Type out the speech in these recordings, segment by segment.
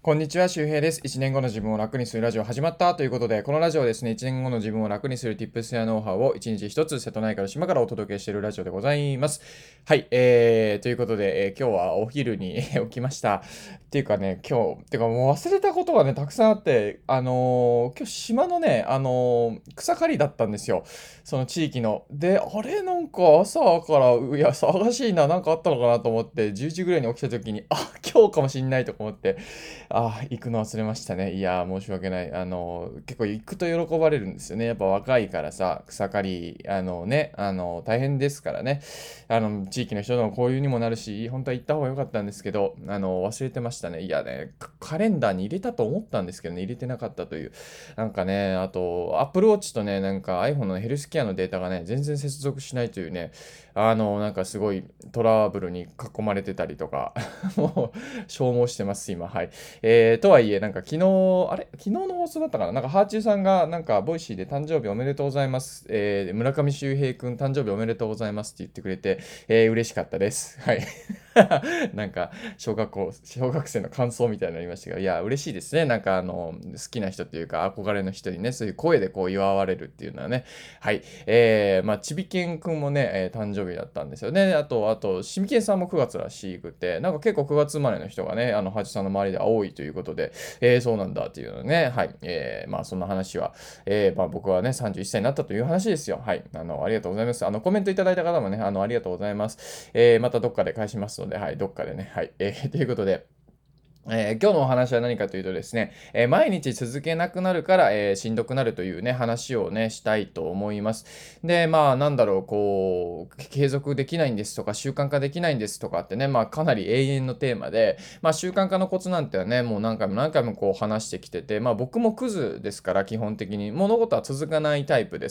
こんにちは、周平です。1年後の自分を楽にするラジオ始まったということで、このラジオはですね、1年後の自分を楽にする Tips やノウハウを1日1つ瀬戸内海の島からお届けしているラジオでございます。はい、ということで、今日はお昼に起きました。っていうかね、もう忘れたことがね、たくさんあって、今日島のね、草刈りだったんですよ。その地域の。で、あれなんか朝から、いや、騒がしいな、なんかあったのかなと思って、10時ぐらいに起きた時に、今日かもしんないとか思って、行くの忘れましたね。いやー、申し訳ない。結構行くと喜ばれるんですよね。やっぱ若いからさ、草刈り、大変ですからね。地域の人の交流にもなるし、本当は行った方が良かったんですけど、忘れてましたね。いやね、カレンダーに入れたと思ったんですけどね、入れてなかったという。なんかね、あと、Apple Watch とね、なんか iPhone のヘルスケアのデータがね、全然接続しないというね、なんかすごいトラブルに囲まれてたりとか、もう消耗してます、今。はい。とはいえ、なんか昨日の放送だったかな、なんかハーチューさんが、なんか、ボイシーで誕生日おめでとうございます。村上周平くん誕生日おめでとうございますって言ってくれて、嬉しかったです。はい。なんか、小学生の感想みたいになりましたが、いや、嬉しいですね。なんか、好きな人というか、憧れの人にね、そういう声でこう祝われるっていうのはね。はい。まあ、ちびけんくんもね、誕生日だったんですよね。あと、しみけんさんも9月らしくて、なんか結構9月生まれの人がね、ハチさんの周りでは多いということで、そうなんだっていうのね、はい。まあ、そんな話は、まあ、僕はね、31歳になったという話ですよ。はい。ありがとうございます。コメントいただいた方もね、ありがとうございます。またどっかで返しますので、はい、どっかでね、はい。ということで、今日のお話は何かというとですね、毎日続けなくなるから、しんどくなるというね、話をね、したいと思います。で、まあ、なんだろう、こう、継続できないんですとか、習慣化できないんですとかってね、まあ、かなり永遠のテーマで、まあ、習慣化のコツなんてね、もう何回も何回もこう話してきてて、まあ、僕もクズですから、基本的に。物事は続かないタイプです。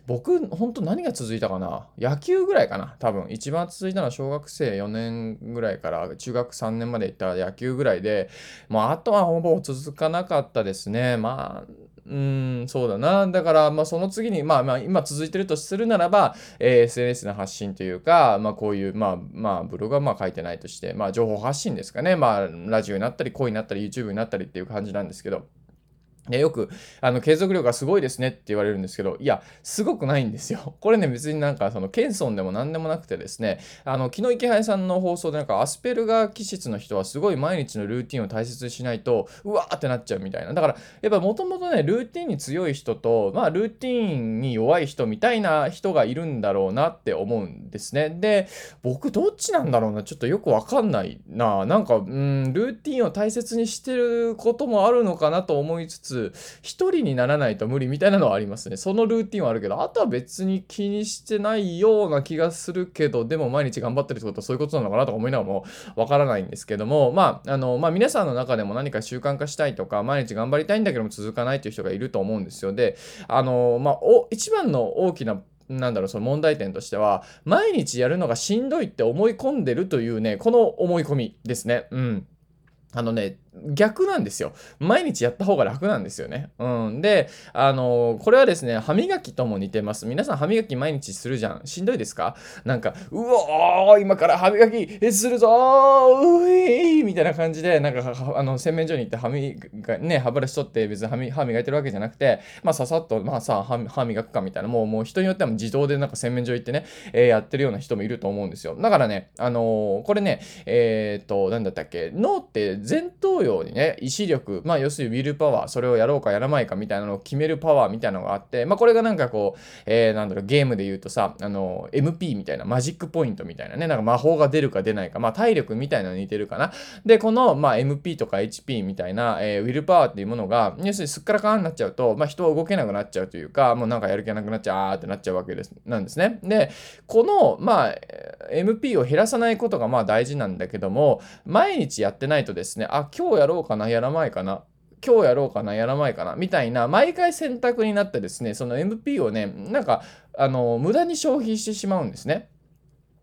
僕、本当何が続いたかな、野球ぐらいかな多分。一番続いたのは小学生4年ぐらいから中学3年まで行った野球ぐらいで、もうあとはほぼ続かなかったですね。まあ、そうだな。だから、まあ、その次に、今続いてるとするならば、SNS の発信というか、まあ、こういう、ブログはまあ書いてないとして、まあ、情報発信ですかね。まあ、ラジオになったり、声になったり、YouTube になったりっていう感じなんですけど、よく、継続力がすごいですねって言われるんですけど、いや、すごくないんですよ。これね、別になんか、謙遜でも何でもなくてですね、昨日池原さんの放送でなんか、アスペルガー気質の人はすごい毎日のルーティンを大切にしないと、うわーってなっちゃうみたいな。だから、やっぱもともとね、ルーティンに強い人と、まあ、ルーティンに弱い人みたいな人がいるんだろうなって思うんですね。で、僕、どっちなんだろうな、ちょっとよくわかんないな。なんか、ルーティンを大切にしてることもあるのかなと思いつつ、一人にならないと無理みたいなのはありますね。そのルーティンはあるけど、あとは別に気にしてないような気がするけど、でも毎日頑張ってるってことはそういうことなのかなとか思いながらもわからないんですけども、皆さんの中でも何か習慣化したいとか、毎日頑張りたいんだけども続かないという人がいると思うんですよ。で、一番の大きなその問題点としては、毎日やるのがしんどいって思い込んでるというね、この思い込みですね。うん。逆なんですよ。毎日やった方が楽なんですよね。うん。で、これはですね、歯磨きとも似てます。皆さん歯磨き毎日するじゃん。しんどいですか？なんか、うおー、今から歯磨きするぞー、ういーみたいな感じで、なんか、洗面所に行って歯ブラシ取って別に歯磨いてるわけじゃなくて、まあ、ささっと、まあさ、歯磨くかみたいな、もう人によっては自動でなんか洗面所行ってね、やってるような人もいると思うんですよ。だからね、これね、なんだったっけ、脳って前頭葉にね、意志力、まあ要するにウィルパワー、それをやろうかやらないかみたいなのを決めるパワーみたいなのがあって、まあこれがなんかこう、ゲームで言うとさ、MP みたいな、マジックポイントみたいなね、なんか魔法が出るか出ないか、まあ体力みたいなのに似てるかな。で、この、まあ MP とか HP みたいな、ウィルパワーっていうものが、要するにすっからかんになっちゃうと、まあ人は動けなくなっちゃうというか、もうなんかやる気がなくなっちゃう、あーってなっちゃうわけです、なんですね。で、この、MP を減らさないことがまあ大事なんだけども、毎日やってないとですね、今日やろうかな、やらないかな。今日やろうかな、やらないかな、みたいな、毎回選択になってですね、その MP をね、なんか、無駄に消費してしまうんですね。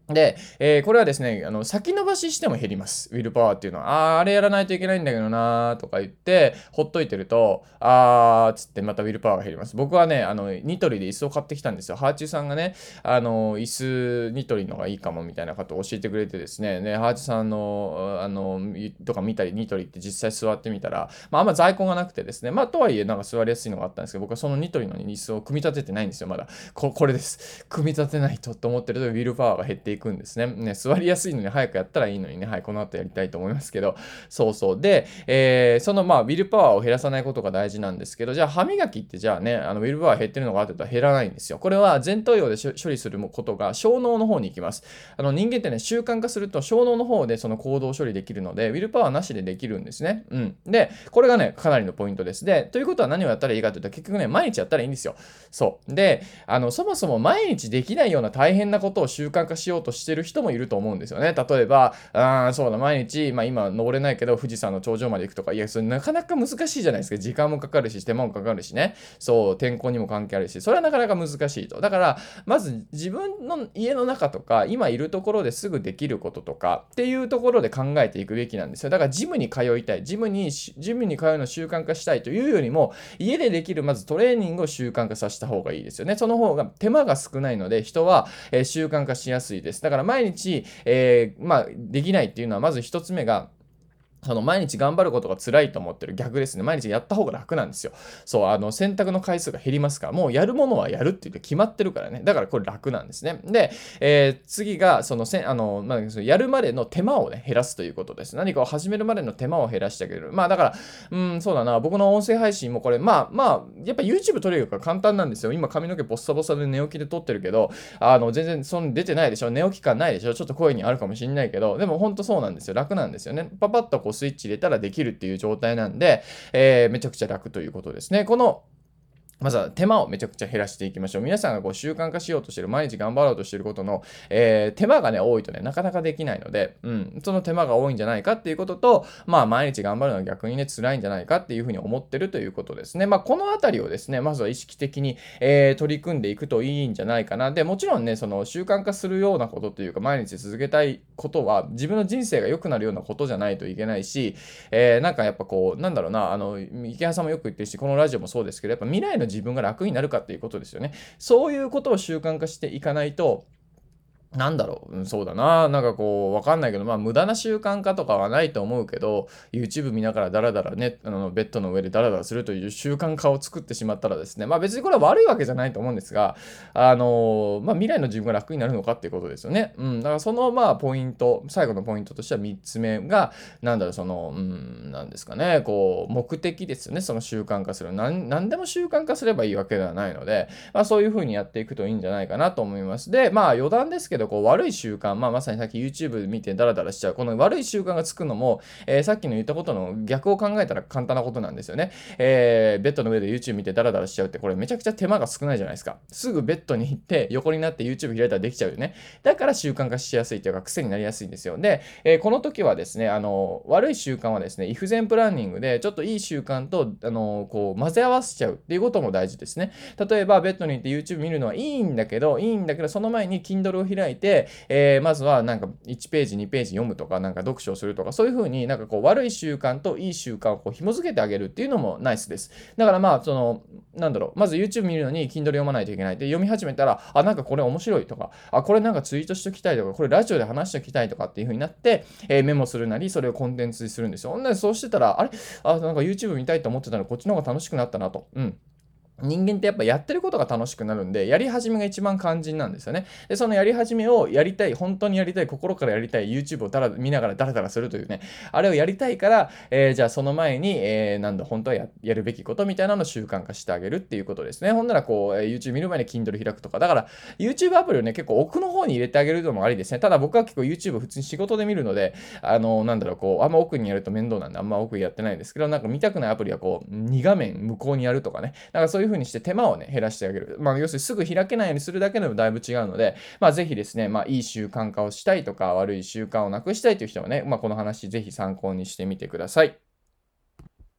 で、これはですね、先延ばししても減ります。ウィルパワーっていうのは。あれやらないといけないんだけどなーとか言って、ほっといてると、つってまたウィルパワーが減ります。僕はね、ニトリで椅子を買ってきたんですよ。ハーチューさんがね、椅子、ニトリのがいいかもみたいなことを教えてくれてですね、ハーチューさんの、とか見たり、ニトリって実際座ってみたら、あんま在庫がなくてですね、とはいえ、なんか座りやすいのがあったんですけど、僕はそのニトリの椅子を組み立ててないんですよ、まだ。これです。組み立てないと思ってると、ウィルパワーが減っていくんですね。座りやすいのに早くやったらいいのにね、はい、この後やりたいと思いますけど、そうそう。で、そのウィルパワーを減らさないことが大事なんですけど、じゃあ歯磨きってじゃあね、ウィルパワー減ってるのかって言ったら減らないんですよ。これは前頭葉で処理することが小脳の方に行きます。人間ってね、習慣化すると小脳の方でその行動処理できるので、ウィルパワーなしでできるんですね。うん。で、これがね、かなりのポイントです。で、ということは何をやったらいいかというと、結局ね、毎日やったらいいんですよ。そう。で、そもそも毎日できないような大変なことを習慣化しようとしてる人もいると思うんですよね。例えば、そうだ、毎日、今登れないけど、富士山の頂上まで行くとか、いや、それなかなか難しいじゃないですか。時間もかかるし、手間もかかるしね。そう、天候にも関係あるし、それはなかなか難しいと。だから、まず自分の家の中とか、今いるところですぐできることとかっていうところで考えていくべきなんですよ。だから、ジムに通いたい、ジムに通うのを習慣化したいというよりも、家でできるまずトレーニングを習慣化させた方がいいですよね。その方が手間が少ないので人は、習慣化しやすいです。だから毎日、できないっていうのはまず一つ目がその毎日頑張ることが辛いと思ってる逆ですね。毎日やった方が楽なんですよ。そう、選択の回数が減りますから、もうやるものはやるって言って決まってるからね。だからこれ楽なんですね。で、次が、そのやるまでの手間をね、減らすということです。何かを始めるまでの手間を減らしてあげる。だから、そうだな、僕の音声配信もこれ、やっぱ YouTube 撮れるから簡単なんですよ。今髪の毛ボッサボサで寝起きで撮ってるけど、全然その出てないでしょ。寝起き感ないでしょ。ちょっと声にあるかもしんないけど、でもほんとそうなんですよ。楽なんですよね。パパッとこうスイッチ入れたらできるっていう状態なんで、めちゃくちゃ楽ということですね。まずは手間をめちゃくちゃ減らしていきましょう。皆さんがこう習慣化しようとしている、毎日頑張ろうとしていることの、手間がね、多いとね、なかなかできないので、その手間が多いんじゃないかっていうことと、毎日頑張るのは逆にね、辛いんじゃないかっていうふうに思ってるということですね。このあたりをですね、まずは意識的に、取り組んでいくといいんじゃないかな。で、もちろんね、その習慣化するようなことというか、毎日続けたいことは、自分の人生が良くなるようなことじゃないといけないし、なんかやっぱこう、なんだろうな、池原さんもよく言ってるし、このラジオもそうですけど、やっぱ未来の自分が楽になるかっていうことですよね。そういうことを習慣化していかないと、なんだろう、そうだな。なんかこう、わかんないけど、無駄な習慣化とかはないと思うけど、YouTube 見ながらダラダラね、ベッドの上でダラダラするという習慣化を作ってしまったらですね、別にこれは悪いわけじゃないと思うんですが、未来の自分が楽になるのかっていうことですよね。だからその、ポイント、最後のポイントとしては3つ目が、なんだろう、なんですかね、こう、目的ですよね、その習慣化する。なんでも習慣化すればいいわけではないので、そういう風にやっていくといいんじゃないかなと思います。で、余談ですけど、こう悪い習慣、まさにさっき YouTube 見てダラダラしちゃう、この悪い習慣がつくのも、さっきの言ったことの逆を考えたら簡単なことなんですよね。ベッドの上で YouTube 見てダラダラしちゃうって、これめちゃくちゃ手間が少ないじゃないですか。すぐベッドに行って横になって YouTube 開いたらできちゃうよね。だから習慣化しやすいというか癖になりやすいんですよ。で、この時はですね、悪い習慣はですね、イフゼンプランニングで、ちょっといい習慣と、こう混ぜ合わせちゃうっていうことも大事ですね。例えば、ベッドに行って YouTube 見るのはいいんだけど、その前に Kindle を開いて、まずはなんか1ページ、2ページ読むとか、なんか読書をするとか、そういう風になんかこう悪い習慣といい習慣をこう紐付けてあげるっていうのもナイスです。だからまず YouTube 見るのに Kindle 読まないといけない。で、読み始めたら、なんかこれ面白いとか、これなんかツイートしときたいとか、これラジオで話しときたいとかっていう風になって、メモするなり、それをコンテンツにするんですよ。そうしてたら、なんか YouTube 見たいと思ってたらこっちの方が楽しくなったなと。人間ってやっぱやってることが楽しくなるんで、やり始めが一番肝心なんですよね。で、そのやり始めをやりたい、本当にやりたい、心からやりたい、YouTube を見ながらダラダラするというね、あれをやりたいから、じゃあその前に、本当はやるべきことみたいなのを習慣化してあげるっていうことですね。ほんならこう、YouTube 見る前に Kindle 開くとか、だから YouTube アプリをね、結構奥の方に入れてあげるのもありですね。ただ僕は結構 YouTube 普通に仕事で見るので、あんま奥にやると面倒なんで、あんま奥にやってないんですけど、なんか見たくないアプリはこう、2画面向こうにやるとかね、なんかそういう風にして手間をね、減らしてあげる。要するにすぐ開けないようにするだけでもだいぶ違うので、ぜひですね、いい習慣化をしたいとか、悪い習慣をなくしたいという人はね、この話ぜひ参考にしてみてください。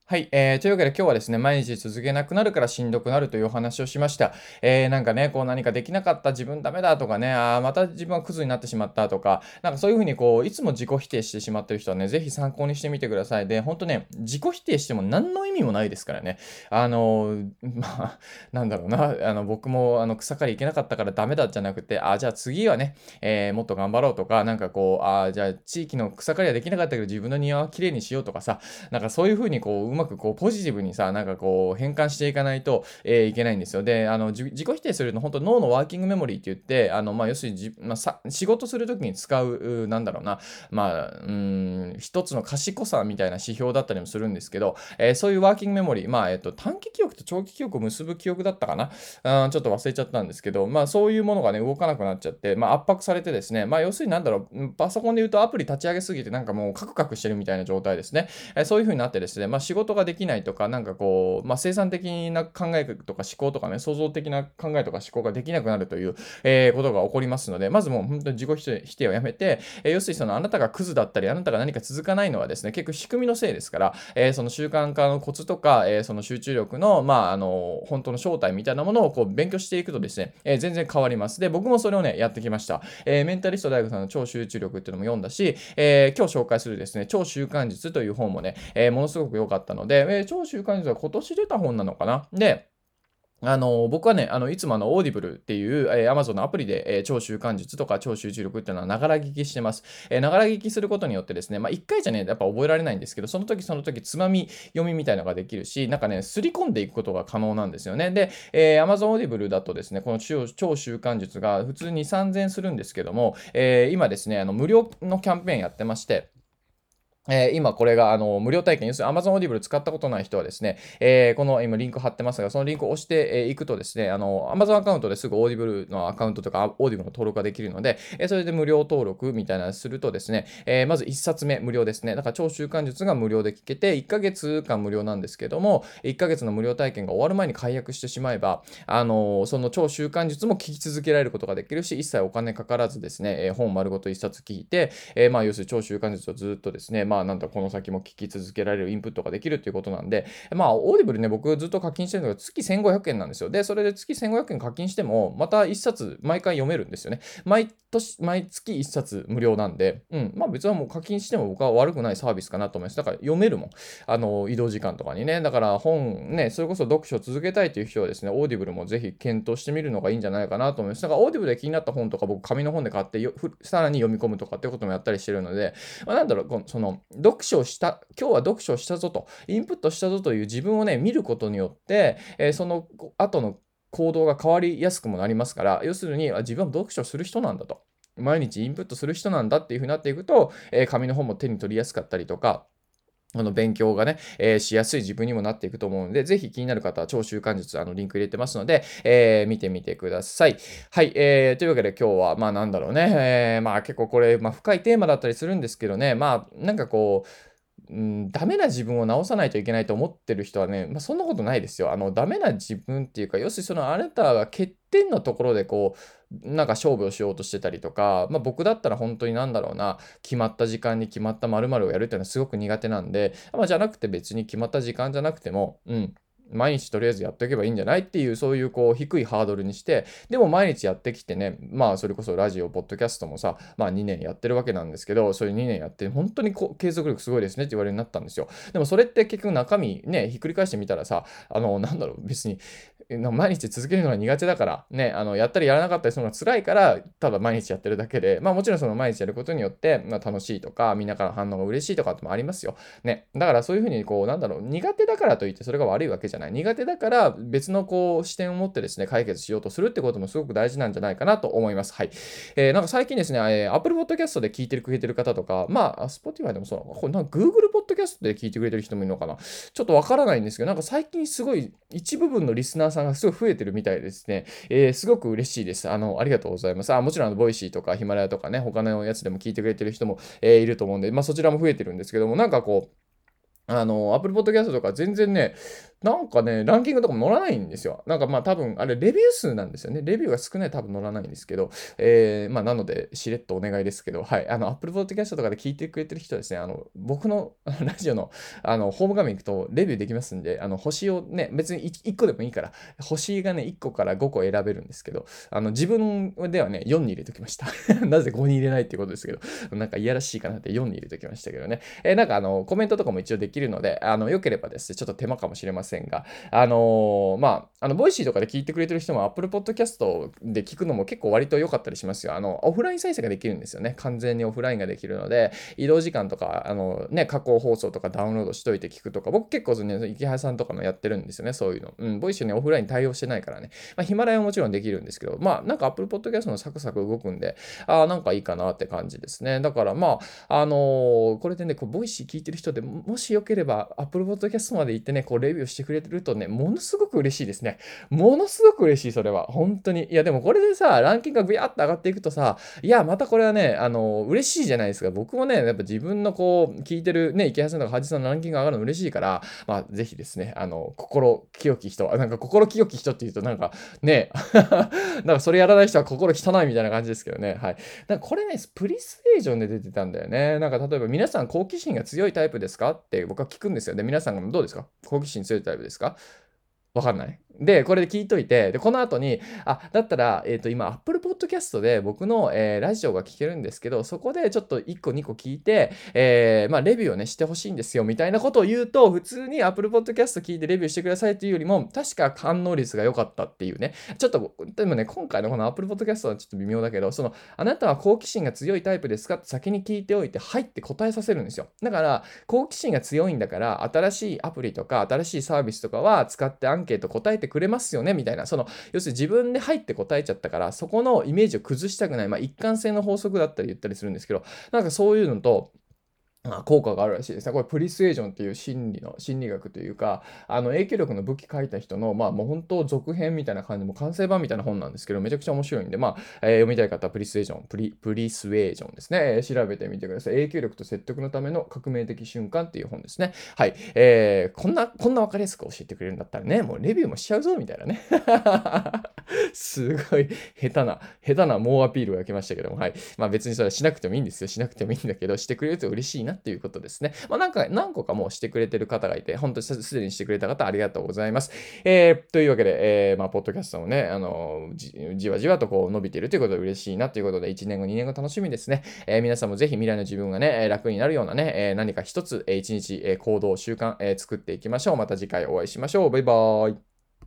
はい、というわけで今日はですね、毎日続けなくなるからしんどくなるというお話をしました。なんかね、こう何かできなかった、自分ダメだとかね、また自分はクズになってしまったとか、なんかそういうふうにこう、いつも自己否定してしまってる人はね、ぜひ参考にしてみてください。で、ほんとね、自己否定しても何の意味もないですからね。なんだろうな、僕も草刈り行けなかったからダメだじゃなくて、じゃあ次はね、もっと頑張ろうとか、なんかこう、じゃあ地域の草刈りはできなかったけど自分の庭は綺麗にしようとかさ、なんかそういう風にこう、うまくこう、ポジティブにさ、なんかこう、変換していかないと、いけないんですよ。で、自己否定するの、本当脳のワーキングメモリーって言って、要するに仕事するときに使う、なんだろうな、一つの賢さみたいな指標だったりもするんですけど、そういうワーキングメモリー、短期記憶と長期記憶を結ぶ記憶だったかな。ちょっと忘れちゃったんですけど、そういうものがね、動かなくなっちゃって、圧迫されてですね、要するになんだろう、パソコンで言うとアプリ立ち上げすぎてなんかもうカクカクしてるみたいな状態ですね。そういう風になってですね、仕事ができないとか、なんかこう、生産的な考えとか思考とかね、創造的な考えとか思考ができなくなるという、ことが起こりますので、まずもう本当に自己否定をやめて、要するにそのあなたがクズだったり、あなたが何か続かないのはですね、結構仕組みのせいですから、その習慣化のコツとか、その集中力の、本当の正体みたいなものをこう勉強していくとですね、全然変わります。で、僕もそれをね、やってきました。メンタリスト大学さんの超集中力っていうのも読んだし、今日紹介するですね、超習慣術という本もね、ものすごく良かったので、超習慣術は今年出た本なのかな。で、僕はね、いつもオーディブルっていう、Amazon のアプリで、超習慣術とか超集中力っていうのはながら聞きしてます。ながら聞きすることによってですね、1回じゃね、やっぱ覚えられないんですけど、その時その時つまみ読みみたいなのができるし、なんかね、すり込んでいくことが可能なんですよね。で、Amazon オーディブルだとですね、この超習慣術が普通に3000円するんですけども、今ですね、無料のキャンペーンやってまして、今これが無料体験、要するに Amazon Audible 使ったことない人はですね、この今リンク貼ってますが、そのリンクを押していくとですね、Amazon アカウントですぐ Audible のアカウントとか Audible の登録ができるので、それで無料登録みたいなのするとですね、まず1冊目無料ですね。だから超習慣術が無料で聞けて、1ヶ月間無料なんですけども、1ヶ月の無料体験が終わる前に解約してしまえば、その超習慣術も聞き続けられることができるし、一切お金かからずですね、本丸ごと1冊聞いて、要するに超習慣術をずっとですね、なんだこの先も聞き続けられるインプットができるっていうことなんで、オーディブルね、僕ずっと課金してるのが月1500円なんですよ。で、それで月1500円課金しても、また1冊毎回読めるんですよね。毎月1冊無料なんで、別にもう課金しても僕は悪くないサービスかなと思います。だから読めるもん。移動時間とかにね。だから本ね、それこそ読書を続けたいという人はですね、オーディブルもぜひ検討してみるのがいいんじゃないかなと思います。だからオーディブルで気になった本とか僕紙の本で買ってさらに読み込むとかっていうこともやったりしてるので、なんだろう、その、今日は読書をしたぞと、インプットしたぞという自分をね、見ることによって、その後の行動が変わりやすくもなりますから、要するに、自分は読書する人なんだと。毎日インプットする人なんだっていう風になっていくと、紙の本も手に取りやすかったりとか、勉強がね、しやすい自分にもなっていくと思うので、ぜひ気になる方は超習慣術、リンク入れてますので、見てみてください。はい、というわけで今日は、なんだろうね、結構これ、深いテーマだったりするんですけどね、なんかこう、ダメな自分を直さないといけないと思ってる人はね、そんなことないですよ。ダメな自分っていうか、要するにそのあなたが欠点のところでこう、なんか勝負をしようとしてたりとか、僕だったら本当になんだろうな、決まった時間に決まった〇〇をやるっていうのはすごく苦手なんで、じゃなくて別に決まった時間じゃなくても、毎日とりあえずやっておけばいいんじゃないっていう、そういうこう低いハードルにして、でも毎日やってきてね、それこそラジオ、ポッドキャストもさ、2年やってるわけなんですけど、そういう2年やって、本当に継続力すごいですねって言われるようになったんですよ。でもそれって結局中身ね、ひっくり返してみたらさ、なんだろう、別に、毎日続けるのが苦手だから、ね、やったりやらなかったりするのが辛いから、ただ毎日やってるだけで、もちろんその毎日やることによって、楽しいとか、みんなから反応が嬉しいとかってもありますよ。ね。だからそういうふうに、こう、なんだろう、苦手だからといってそれが悪いわけじゃない。苦手だから別のこう視点を持ってですね、解決しようとするってこともすごく大事なんじゃないかなと思います。はい。なんか最近ですね、Apple Podcast で聞いてくれてる方とか、Spotify でもそう、これなんか Google Podcast で聞いてくれてる人もいるのかな。ちょっとわからないんですけど、なんか最近すごい一部分のリスナーさんがすごい増えてるみたいですね。すごく嬉しいです。ありがとうございます。もちろんボイシーとかヒマラヤとかね、他のやつでも聞いてくれてる人も、いると思うんで、そちらも増えてるんですけども、なんかこう、 Apple Podcast とか全然ね、なんかね、ランキングとかも乗らないんですよ。なんかまあ多分、あれ、レビュー数なんですよね。レビューが少ない多分乗らないんですけど、まあなので、しれっとお願いですけど、はい、Apple Podcast とかで聞いてくれてる人はですね、僕のラジオの、ホーム画面行くとレビューできますんで、星をね、別に1個でもいいから、星がね、1個から5個選べるんですけど、自分ではね、4に入れときました。なぜ5に入れないっていうことですけど、なんかいやらしいかなって4に入れときましたけどね。なんかコメントとかも一応できるので、良ければですね、ちょっと手間かもしれませんが、まあ、ボイシーとかで聞いてくれてる人も Apple Podcast で聞くのも結構割と良かったりしますよ。オフライン再生ができるんですよね。完全にオフラインができるので、移動時間とか、加工放送とかダウンロードしといて聞くとか、僕結構ね、池原さんとかのやってるんですよね、そういうの。ボイシーね、オフライン対応してないからね。まあ、ヒマラヤはもちろんできるんですけど、まあ、なんか Apple Podcast のサクサク動くんで、なんかいいかなって感じですね。だからまあ、これでね、ボイシー聞いてる人でもしよければ、Apple Podcast まで行ってね、レビューしてくれてるとね、ものすごく嬉しいですね。ものすごく嬉しい、それは。本当に。いや、でもこれでさ、ランキングがビヤッと上がっていくとさ、いや、またこれはね、嬉しいじゃないですか。僕もね、やっぱ自分の聞いてるね、池谷さんとかハジさんのランキングが上がるの嬉しいから、まあ、ぜひですね、心清き人、なんか心清き人って言うと、なんかね、なんかそれやらない人は心汚いみたいな感じですけどね。はい。なんかこれね、プリスエージョンで出てたんだよね。なんか例えば皆さん好奇心が強いタイプですかって僕は聞くんですよ。で、皆さんがどうですか、好奇心強いタイプですか？わかんない。で、これで聞いといて、で、この後に、だったら、今、Apple Podcast で僕の、ラジオが聞けるんですけど、そこでちょっと1個、2個聞いて、まあ、レビューをね、してほしいんですよ、みたいなことを言うと、普通に Apple Podcast 聞いてレビューしてくださいっていうよりも、確か反応率が良かったっていうね。ちょっと、でもね、今回のこの Apple Podcast はちょっと微妙だけど、あなたは好奇心が強いタイプですかって先に聞いておいて、はいって答えさせるんですよ。だから、好奇心が強いんだから、新しいアプリとか、新しいサービスとかは使ってアンケート答えてくれますよねみたいな、要するに自分で入って答えちゃったから、そこのイメージを崩したくない、まあ、一貫性の法則だったり言ったりするんですけど、なんかそういうのと、効果があるらしいですね。これプリスエージョンっていう心理学というか、影響力の武器書いた人の、まあもう本当続編みたいな感じ、もう完成版みたいな本なんですけど、めちゃくちゃ面白いんで、まあ、読みたい方はプリスエージョン、プリスエージョンですね、調べてみてください。影響力と説得のための革命的瞬間っていう本ですね。はい。こんなわかりやすく教えてくれるんだったらね、もうレビューもしちゃうぞ、みたいなね。すごい下手な猛アピールが来ましたけども、はい。まあ別にそれはしなくてもいいんですよ。しなくてもいいんだけど、してくれると嬉しいなっていうことですね。まあなんか何個かもうしてくれてる方がいて、本当にすでにしてくれた方ありがとうございます。というわけで、まあポッドキャストもね、じわじわと伸びているということで嬉しいなということで、1年後、2年後楽しみですね。皆さんもぜひ未来の自分がね、楽になるようなね、何か一つ、一日、行動、習慣、作っていきましょう。また次回お会いしましょう。バイバーイ。